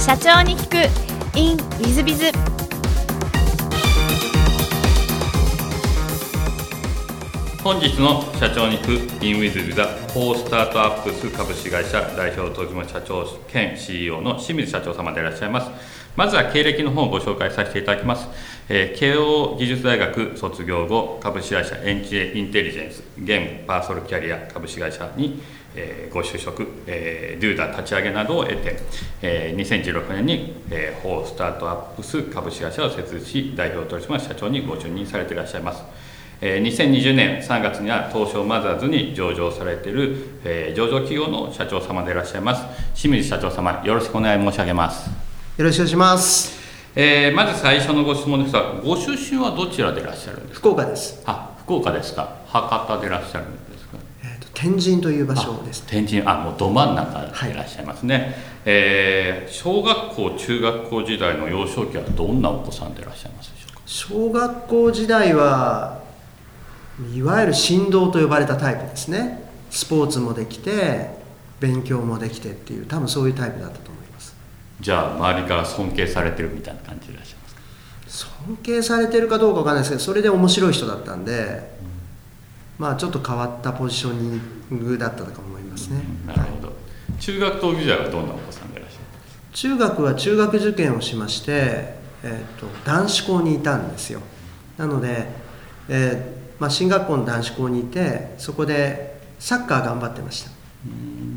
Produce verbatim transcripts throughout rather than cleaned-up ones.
社長に聞く in ウィズビズ。 本日の社長に聞く in ウィズビズはフォースタートアップス株式会社代表取締社長兼 シーイーオー の清水社長様でいらっしゃいます。まずは経歴の方をご紹介させていただきます。えー、慶応義塾大学卒業後、株式会社エンチエインテリジェンス現パーソルキャリア株式会社に、えー、ご就職、えー、デューダ立ち上げなどを得て、えー、にせんじゅうろくねんに、えー、フォースタートアップス株式会社を設立し、代表取締社長にご就任されていらっしゃいます。にせんにじゅうねんさんがつには東証マザーズに上場されている、えー、上場企業の社長様でいらっしゃいます清水社長様、よろしくお願い申し上げます。 よろしくお願いします。 えー、まず最初のご質問ですが、ご出身はどちらでいらっしゃるんですか？ 福岡です。 あ、福岡ですか。博多でいらっしゃるんですか？ えーと、天神という場所です。 天神、あ、もうど真ん中でいらっしゃいますね。はい。えー、小学校中学校時代の幼少期はどんなお子さんでいらっしゃいますでしょうか？ 小学校時代はいわゆる神童と呼ばれたタイプですね。スポーツもできて勉強もできてっていう、多分そういうタイプだったと思います。 じゃあ周りから尊敬されてるみたいな感じでいらっしゃいますか？ 尊敬されてるかどうかわかんないですけど、それで面白い人だったんで、うん、まあちょっと変わったポジショニングだったと思いますね。 うん、なるほど。はい、中学等時代はどんなお子さんでいらっしゃいますか？ 中学は中学受験をしまして、えーと、男子校にいたんですよ。なので、えーまあ、進学校の男子校にいて、そこでサッカー頑張ってました。 うん、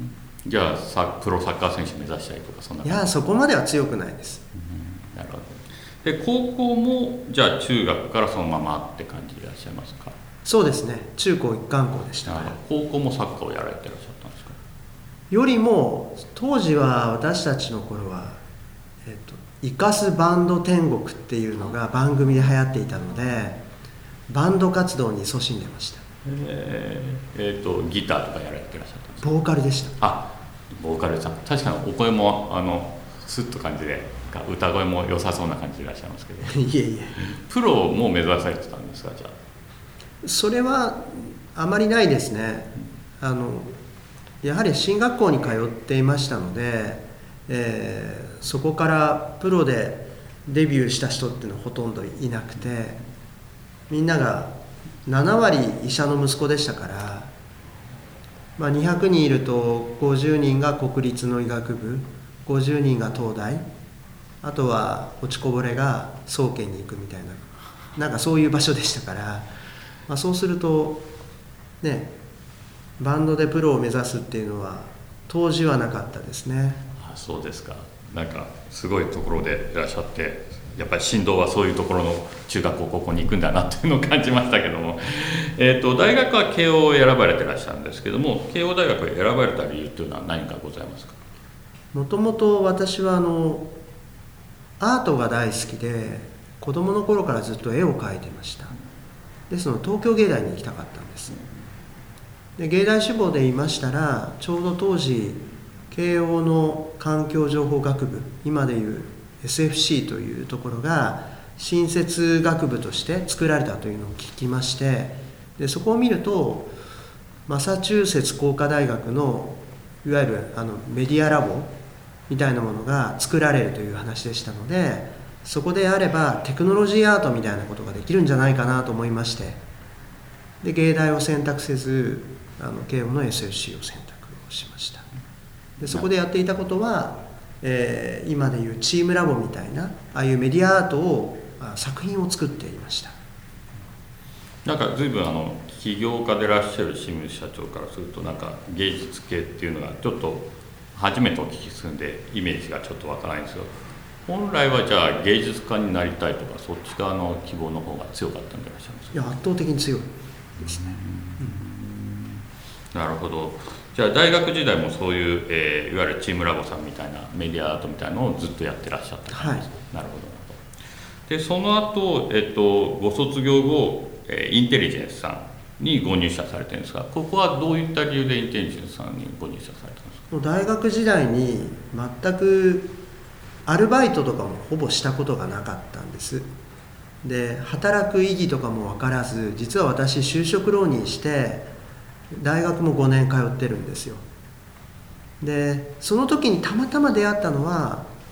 じゃあさプロサッカー選手目指したりとか、そんな感じ？ いや、そこまでは強くないです。 うん、なるほど。で高校もじゃあ中学からそのままって感じでいらっしゃいますか？ そうですね、中高一貫校でした。 高校もサッカーをやられていらっしゃったんですか？ よりも当時は私たちの頃は、えーと、イカスバンド天国っていうのが番組で流行っていたので、バンド活動に勤しんでました。 えーえー、とギターとかやられていらっしゃったんですか？ ボーカルでした。 あ、ボーカルさん、確かにお声もあのスッと感じで、歌声も良さそうな感じでいらっしゃいますけどいえいえ、 プロも目指されてたんですか？じゃあそれはあまりないですね。あのやはり進学校に通っていましたので、えー、そこからプロでデビューした人っていうのはほとんどいなくて、みんながななわり医者の息子でしたから、まあ、にひゃくにんいるとごじゅうにんが国立の医学部、ごじゅうにんが東大、あとは落ちこぼれが総研に行くみたいな、なんかそういう場所でしたから、まあ、そうするとね、バンドでプロを目指すっていうのは当時はなかったですね。 あ、そうですか。なんかすごいところでいらっしゃって、やっぱり神童はそういうところの中学校高校に行くんだなっていうのを感じましたけども、えーと大学は慶応を選ばれていらっしゃるんですけども、慶応大学を選ばれた理由というのは何かございますか？ もともと私はあのアートが大好きで、子供の頃からずっと絵を描いてました。ですので東京芸大に行きたかったんです。で芸大志望で言いましたら、ちょうど当時慶応の環境情報学部、今でいう エスエフシー というところが新設学部として作られたというのを聞きまして、でそこを見るとマサチューセッツ工科大学のいわゆるあのメディアラボみたいなものが作られるという話でしたので、そこであればテクノロジーアートみたいなことができるんじゃないかなと思いまして、で芸大を選択せずあの慶応の エスエフシー を選択をしました。でそこでやっていたことは、えー、今でいうチームラボみたいなああいうメディアアートを作品を作っていました。 なんか随分あの起業家でいらっしゃる清水社長からすると、なんか芸術系っていうのがちょっと初めてお聞きするんでイメージがちょっとわからないんですけど、本来はじゃあ芸術家になりたいとか、そっち側の希望の方が強かったんでいらっしゃいますか？ いや、圧倒的に強いですね。 うん、なるほど。じゃあ大学時代もそういう、えー、いわゆるチームラボさんみたいなメディアアートみたいなのをずっとやってらっしゃったんですか？はい、なるほどなるほど。でその後、えっとご卒業後、えー、インテリジェンスさんにご入社されてるんですが、ここはどういった理由でインテリジェンスさんにご入社されたんですか？ 大学時代に全くアルバイトとかもほぼしたことがなかったんです。で働く意義とかも分からず、実は私就職浪人して大学もごねん通ってるんですよ。でその時にたまたま出会ったのは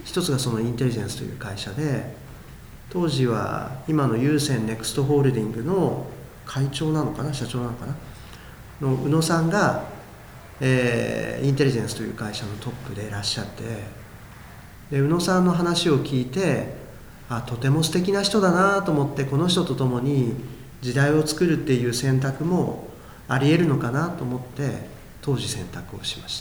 一つがそのインテリジェンスという会社で、当時は今のユーセンネクストホールディングの会長なのかな、社長なのかなの宇野さんが、えー、インテリジェンスという会社のトップでいらっしゃって、で宇野さんの話を聞いて、あ、とても素敵な人だなと思って、この人と共に時代を作るっていう選択もありえるのかなと思って当時選択をしました。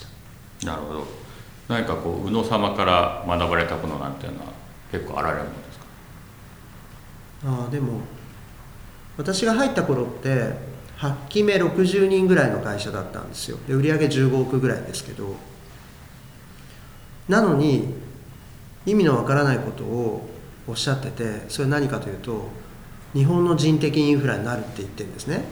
なるほど。何かこう宇野様から学ばれたことなんていうのは結構あられるものですか？ ああ、でも私が入った頃ってはちきめろくじゅうにんぐらいの会社だったんですよ。で売上じゅうごおくぐらいですけど、なのに意味のわからないことをおっしゃってて、それ何かというと、日本の人的インフラになるって言ってるんですね。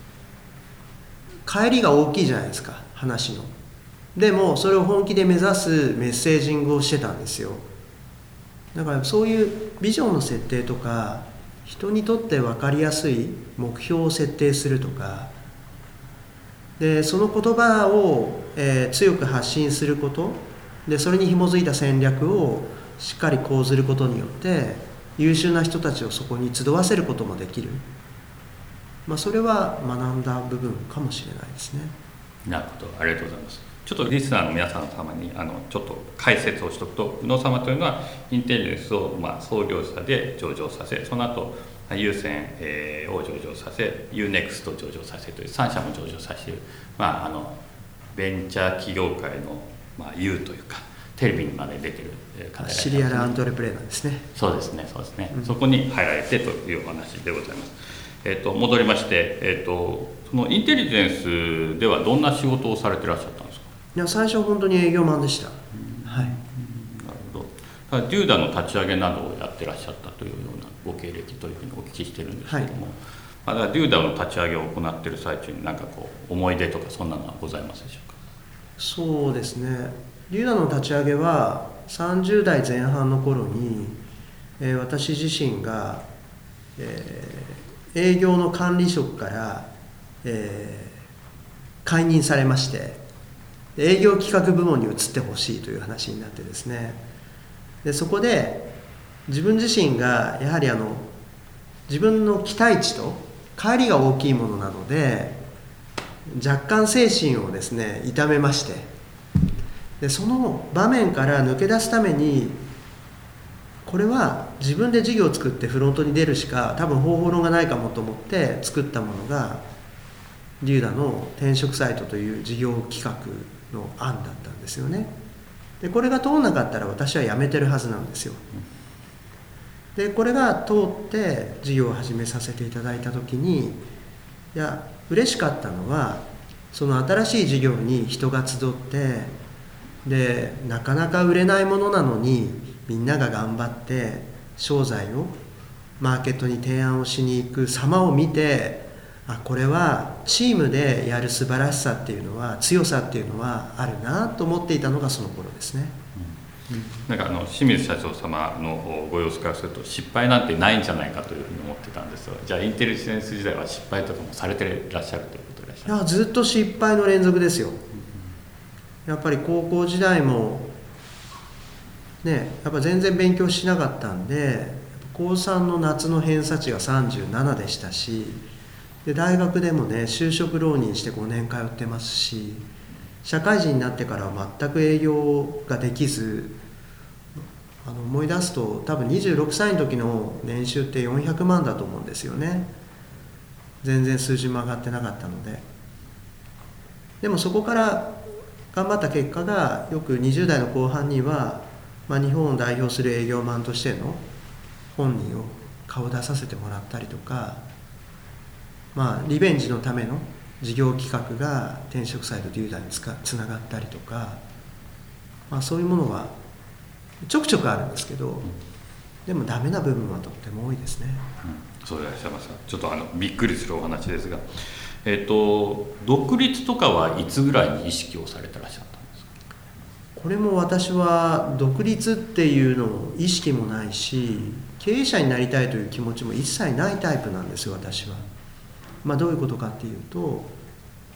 帰りが大きいじゃないですか、話の。でもそれを本気で目指すメッセージングをしてたんですよ。だからそういうビジョンの設定とか、人にとって分かりやすい目標を設定するとかで、その言葉を、えー、強く発信することで、それに紐づいた戦略をしっかり講ずることによって優秀な人たちをそこに集わせることもできる、まあ、それは学んだ部分かもしれないですね。 なるほど、ありがとうございます。ちょっとリスナーの皆さん様にあのちょっと解説をしておくと、宇野様というのはインテリジェンスを、まあ、創業者で上場させ、その後ユーセン、えー、を上場させ、ユーネクストを上場させというさん社も上場させている、まあ、あのベンチャー企業界の、まあ、U というかテレビにまで出てる方がいらっしゃいますね。 シリアルアントレプレーナーですね。 そうですね、そうですね、うん、そこに入られてというお話でございます。えー、と戻りまして、えー、とそのインテリジェンスではどんな仕事をされてらっしゃったんですか？ いや、最初は本当に営業マンでした。 うん、 はい。 なるほど。ただデューダの立ち上げなどをやってらっしゃったというようなご経歴というふうにお聞きしてるんですけども、はい、まだデューダの立ち上げを行っている最中に何かこう思い出とかそんなのはございますでしょうか？ そうですね、デューダの立ち上げはさんじゅう代前半の頃に、えー、私自身が、えー、営業の管理職から、えー、解任されまして、営業企画部門に移ってほしいという話になってですね、でそこで自分自身がやはりあの自分の期待値と乖離が大きいものなので、若干精神をですね痛めまして、でその場面から抜け出すために、これは自分で事業を作ってフロントに出るしか多分方法論がないかもと思って作ったものがデューダの転職サイトという事業企画の案だったんですよね。でこれが通んなかったら私は辞めてるはずなんですよ。でこれが通って事業を始めさせていただいた時に、いや嬉しかったのは、その新しい事業に人が集って、でなかなか売れないものなのにみんなが頑張って商材をマーケットに提案をしに行く様を見て、あ、これはチームでやる素晴らしさっていうのは、強さっていうのはあるなと思っていたのがその頃ですね。 うんうん、なんかあの清水社長様のご様子からすると失敗なんてないんじゃないかというふうに思ってたんですが、じゃあインテリジェンス時代は失敗とかもされていらっしゃるということでいらっしゃる？ いや、ずっと失敗の連続ですよ。やっぱり高校時代もね、やっぱ全然勉強しなかったんで、高さんの夏の偏差値がさんじゅうななでしたし、で大学でもね就職浪人してごねん通ってますし、社会人になってからは全く営業ができず、あの思い出すと多分にじゅうろくさいの時の年収ってよんひゃくまんだと思うんですよね。全然数字も上がってなかったので。でもそこから頑張った結果が、よくにじゅう代の後半には、まあ、日本を代表する営業マンとしての本人を顔出させてもらったりとか、まあ、リベンジのための事業企画が転職サイトデューダにつかつながったりとか、まあ、そういうものはちょくちょくあるんですけど、でもダメな部分はとっても多いですね。 うん、そうでいらっしゃいます。ちょっとあのびっくりするお話ですが、えーと、独立とかはいつぐらいに意識をされてらっしゃったんですか？ これも私は独立っていうのを意識もないし、経営者になりたいという気持ちも一切ないタイプなんですよ、私は。まあ、どういうことかっていうと、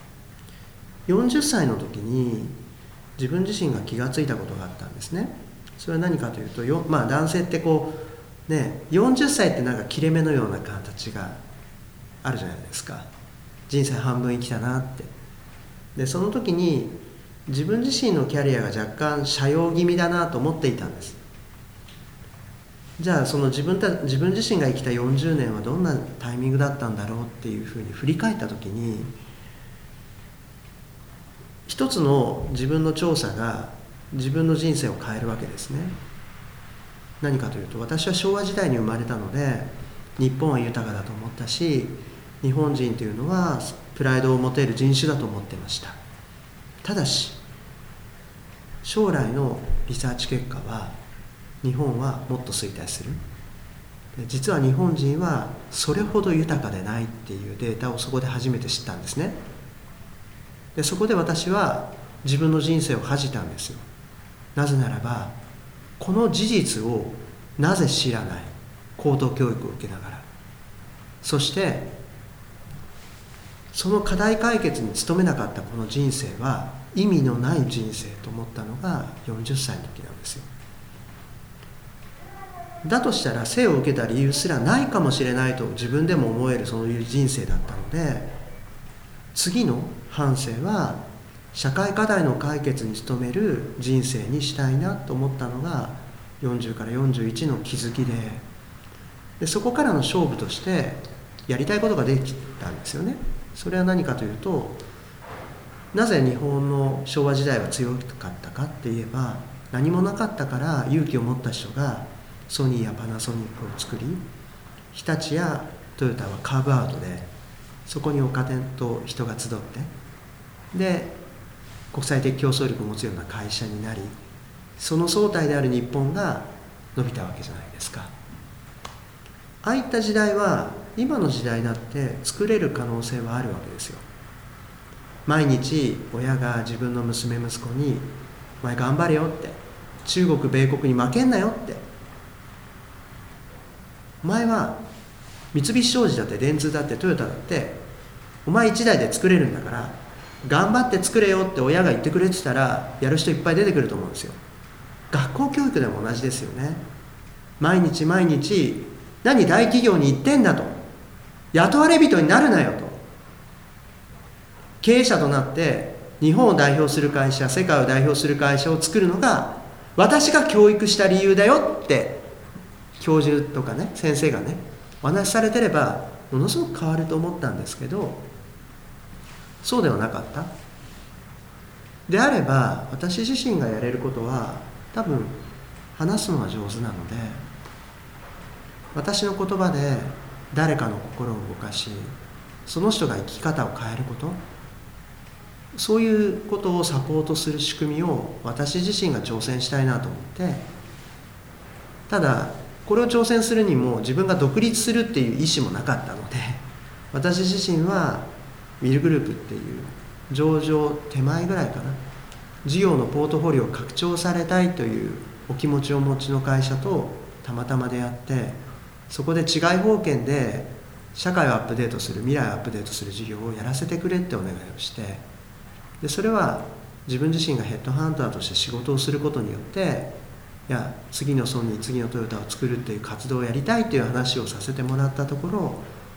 よんじゅっさいの時に自分自身が気がついたことがあったんですね。 それは何かというとよ、まあ、男性ってこうねよんじゅっさいってなんか切れ目のような形があるじゃないですか。人生半分生きたなって。でその時に自分自身のキャリアが若干斜陽気味だなと思っていたんです。じゃあその自分た自分自身が生きたよんじゅうねんはどんなタイミングだったんだろうっていうふうに振り返った時に、一つの自分の調査が自分の人生を変えるわけですね。何かというと、私は昭和時代に生まれたので日本は豊かだと思ったし、日本人というのはプライドを持てる人種だと思っていました。ただし将来のリサーチ結果は日本はもっと衰退する。実は日本人はそれほど豊かでないっていうデータをそこで初めて知ったんですね。でそこで私は自分の人生を恥じたんですよ。なぜならばこの事実をなぜ知らない、高等教育を受けながら、そしてその課題解決に努めなかったこの人生は意味のない人生と思ったのがよんじゅっさいの時なんですよ。だとしたら生を受けた理由すらないかもしれないと自分でも思えるそういう人生だったので、次の半生は社会課題の解決に努める人生にしたいなと思ったのがよんじゅうからよんじゅういちの気づきで、でそこからの勝負としてやりたいことができたんですよね。それは何かというと、なぜ日本の昭和時代は強かったかって言えば、何もなかったから勇気を持った人がソニーやパナソニックを作り、日立やトヨタはカーブアウトでそこにお金と人が集って、で国際的競争力を持つような会社になり、その総体である日本が伸びたわけじゃないですか。ああいった時代は今の時代だって作れる可能性はあるわけですよ。毎日親が自分の娘息子にお前頑張れよって、中国米国に負けんなよって、お前は三菱商事だって電通だってトヨタだってお前一台で作れるんだから頑張って作れよって親が言ってくれてたらやる人いっぱい出てくると思うんですよ。学校教育でも同じですよね。毎日毎日何大企業に行ってんだと、雇われ人になるなよと、経営者となって日本を代表する会社、世界を代表する会社を作るのが私が教育した理由だよって教授とかね、先生がねお話しされてればものすごく変わると思ったんですけど、そうではなかった。であれば私自身がやれることは多分話すのは上手なので、私の言葉で誰かの心を動かし、その人が生き方を変えること、そういうことをサポートする仕組みを私自身が挑戦したいなと思って、ただこれを挑戦するにも自分が独立するっていう意思もなかったので、私自身はウィルグループっていう上場手前ぐらいかな、事業のポートフォリオを拡張されたいというお気持ちをお持ちの会社とたまたま出会って、そこで違い保険で社会をアップデートする、未来をアップデートする事業をやらせてくれってお願いをして、でそれは自分自身がヘッドハンターとして仕事をすることによって、いや次のソニー、次のトヨタを作るっていう活動をやりたいという話をさせてもらったところ、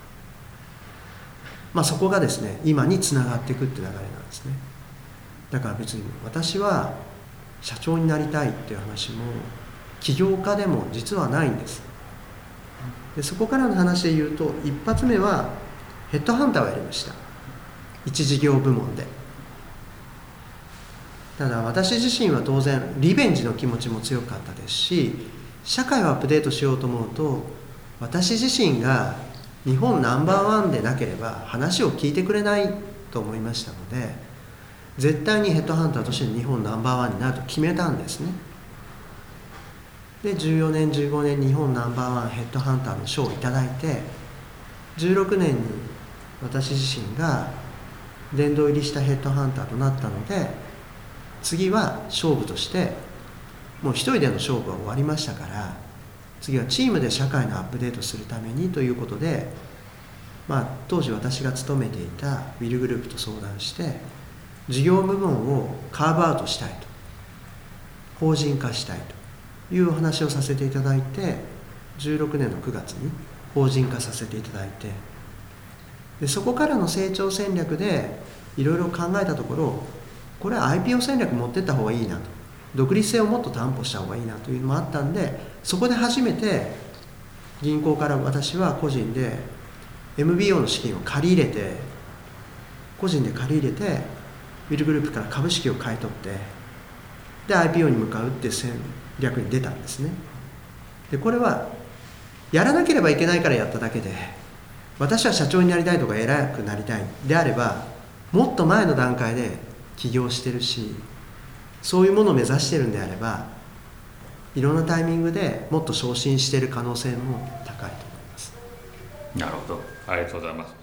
まあ、そこがですね今につながっていくって流れなんですね。だから別に私は社長になりたいっていう話も起業家でも実はないんです。でそこからの話で言うと、一発目はヘッドハンターをやりました、一事業部門で。ただ私自身は当然リベンジの気持ちも強かったですし、社会をアップデートしようと思うと、私自身が日本ナンバーワンでなければ話を聞いてくれないと思いましたので、絶対にヘッドハンターとして日本ナンバーワンになると決めたんですね。でじゅうよねんじゅうごねん日本ナンバーワンヘッドハンターの賞をいただいて、じゅうろくねんに私自身が殿堂入りしたヘッドハンターとなったので、次は勝負としてもう一人での勝負は終わりましたから、次はチームで社会のアップデートするためにということで、まあ、当時私が勤めていたウィルグループと相談して、事業部門をカーブアウトしたいと、法人化したいと。 いうお話をさせていただいて、じゅうろくねんのくがつに法人化させていただいて、でそこからの成長戦略でいろいろ考えたところ、これは アイピーオー 戦略持ってった方がいいなと、独立性をもっと担保した方がいいなというのもあったんで、そこで初めて銀行から私は個人で エムビーオー の資金を借り入れて、個人で借り入れてウィルグループから株式を買い取って、で アイピーオー に向かうっていう戦略に出たんですね。でこれはやらなければいけないからやっただけで、私は社長になりたいとか偉くなりたいであれば、もっと前の段階で起業してるし、そういうものを目指してるんであれば、いろんなタイミングでもっと昇進している可能性も高いと思います。 なるほど、ありがとうございます。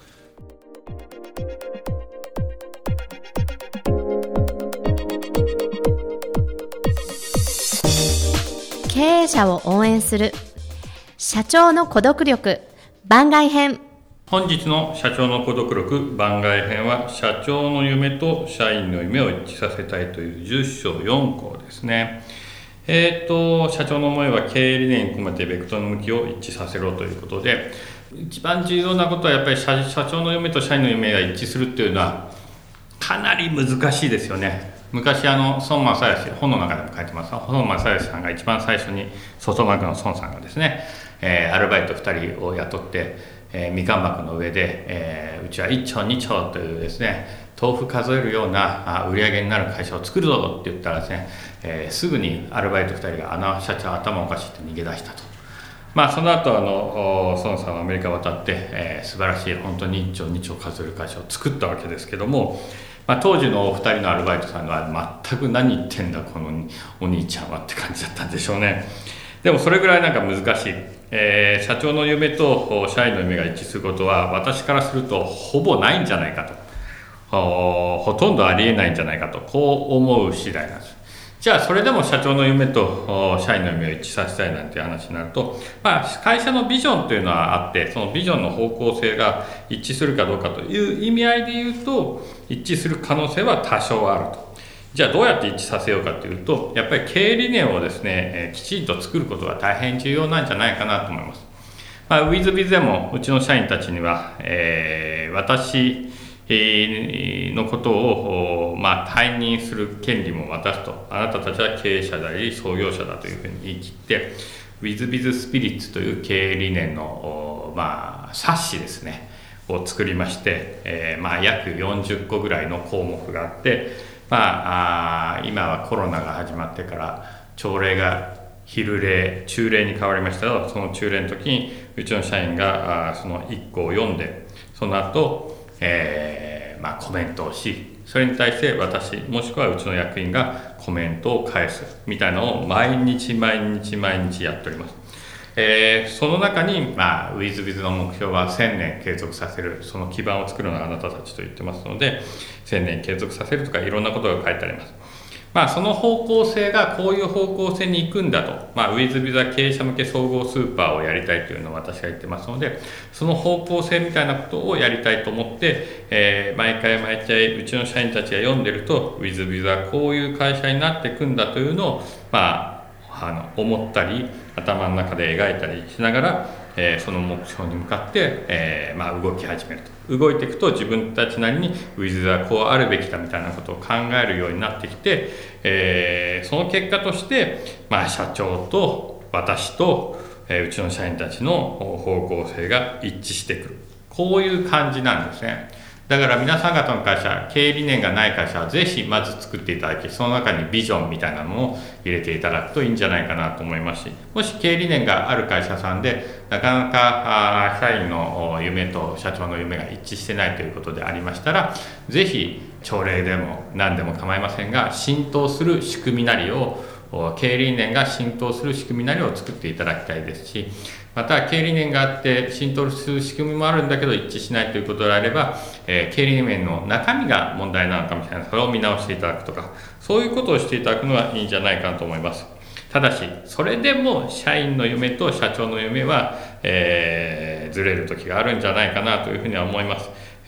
経営者を応援する社長の孤独力番外編。 本日の社長の孤独力番外編は、社長の夢と社員の夢を一致させたいというじゅっ章よん項ですね。えーと、社長の思いは経営理念に込めてベクトルの向きを一致させろということで、一番重要なことはやっぱり 社, 社長の夢と社員の夢が一致するっていうのはかなり難しいですよね。昔あの孫正義、本の中でも書いてますが、孫正義さんが一番最初にソフトバンクの孫さんがですね、えー、アルバイトふたりを雇って、えー、みかん箱の上で、えー、うちはいっちょうにちょうというですね、豆腐数えるような売り上げになる会社を作るぞって言ったらですね、えー、すぐにアルバイトふたりがあの社長頭おかしいって逃げ出したと。まあその後あの孫さんはアメリカ渡って、えー、素晴らしい本当にいっちょうにちょう数える会社を作ったわけですけども、まあ、当時のお二人のアルバイトさんが全く何言ってんだこのお兄ちゃんはって感じだったんでしょうね。でもそれぐらいなんか難しい、えー、社長の夢と社員の夢が一致することは私からするとほぼないんじゃないかと、ほ, ほとんどありえないんじゃないかと、こう思う次第なんです。じゃあそれでも社長の夢と社員の夢を一致させたいなんていう話になると、まあ、会社のビジョンというのはあって、そのビジョンの方向性が一致するかどうかという意味合いで言うと一致する可能性は多少あると。じゃあどうやって一致させようかというと、やっぱり経営理念をですねきちんと作ることが大変重要なんじゃないかなと思います。まあ、ウィズビズでもうちの社員たちには、えー、私のことを、まあ、退任する権利も渡すと、あなたたちは経営者であり創業者だというふうに言い切って、ウィズビズスピリッツという経営理念の、まあ、冊子ですねを作りまして、えーまあ、約よんじゅっこぐらいの項目があって、まあ、あ今はコロナが始まってから朝礼が昼礼、中礼に変わりましたが、その中礼の時にうちの社員があそのいっこを読んで、その後えーまあ、コメントをし、それに対して私もしくはうちの役員がコメントを返すみたいなのを毎日毎日毎日やっております。えー、その中に、まあ、ウィズビズの目標はせんねん継続させる、その基盤を作るのはあなたたちと言ってますので、せんねん継続させるとかいろんなことが書いてあります。まあ、その方向性がこういう方向性に行くんだと、まあ、ウィズビザ経営者向け総合スーパーをやりたいというのを私が言ってますので、その方向性みたいなことをやりたいと思って、えー、毎回毎回うちの社員たちが読んでると、ウィズビザこういう会社になっていくんだというのを、まあ、あの思ったり頭の中で描いたりしながら、えー、その目標に向かって、えーまあ、動き始めると。動いていくと自分たちなりにウィズはこうあるべきだみたいなことを考えるようになってきて、えー、その結果として、まあ、社長と私と、えー、うちの社員たちの方向性が一致してくる、こういう感じなんですね。だから皆さん方の会社、経営理念がない会社はぜひまず作っていただき、その中にビジョンみたいなのを入れていただくといいんじゃないかなと思いますし、もし経営理念がある会社さんでなかなか社員の夢と社長の夢が一致してないということでありましたら、ぜひ朝礼でも何でも構いませんが、浸透する仕組みなりを、経営理念が浸透する仕組みなりを作っていただきたいですし、また経営理念があって浸透する仕組みもあるんだけど一致しないということであれば、えー、経営理念の中身が問題なのかもしれない、それを見直していただくとか、そういうことをしていただくのがいいんじゃないかなと思います。ただしそれでも社員の夢と社長の夢は、えー、ずれる時があるんじゃないかなというふうには思います。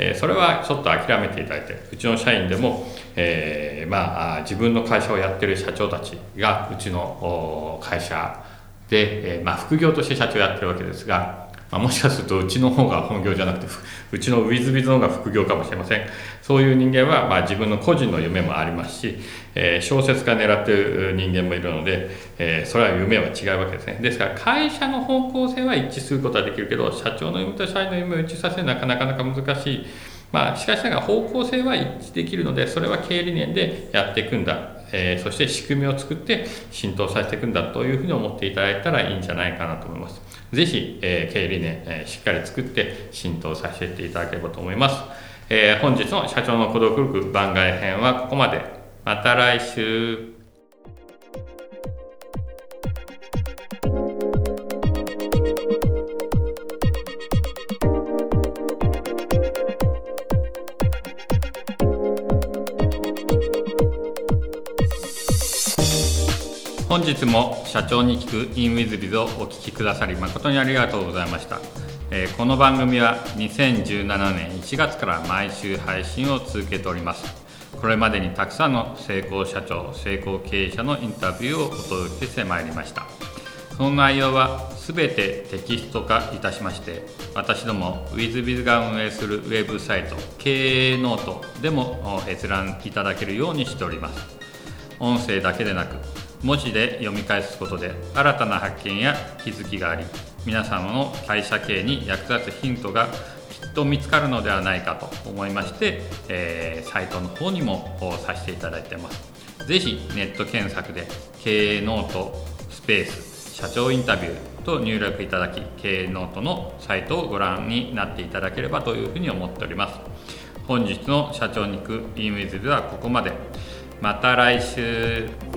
えー、それはちょっと諦めていただいて、うちの社員でも、えーまあ、自分の会社をやってる社長たちがうちの会社で、えーまあ、副業として社長をやってるわけですが、まあ、もしかするとうちの方が本業じゃなくてうちのウィズビズの方が副業かもしれません。そういう人間は、まあ、自分の個人の夢もありますし、えー、小説家狙っている人間もいるので、えー、それは夢は違うわけですね。ですから会社の方向性は一致することはできるけど、社長の夢と社員の夢を一致させるのはなかなか難しい。まあ、しかしながら方向性は一致できるので、それは経営理念でやっていくんだ、えー、そして仕組みを作って浸透させていくんだというふうに思っていただいたらいいんじゃないかなと思います。ぜひ、えー、経営理念、えー、しっかり作って浸透させていっていただければと思います。えー、本日の社長の孤独力番外編はここまで。また来週。本日も社長に聞く インウィズビズ をお聞きくださり誠にありがとうございました。えー、この番組はにせんじゅうななねんいちがつから毎週配信を続けております。これまでにたくさんの成功社長、成功経営者のインタビューをお届けしてまいりました。その内容はすべてテキスト化いたしまして、私ども ウィズビズ が運営するウェブサイト経営ノートでも閲覧いただけるようにしております。音声だけでなく文字で読み返すことで新たな発見や気づきがあり、皆様の会社経営に役立つヒントがきっと見つかるのではないかと思いまして、えー、サイトの方にもさせていただいています。ぜひネット検索で経営ノートスペース社長インタビューと入力いただき、経営ノートのサイトをご覧になっていただければというふうに思っております。本日の社長に行く インウィズ ではここまで。また来週。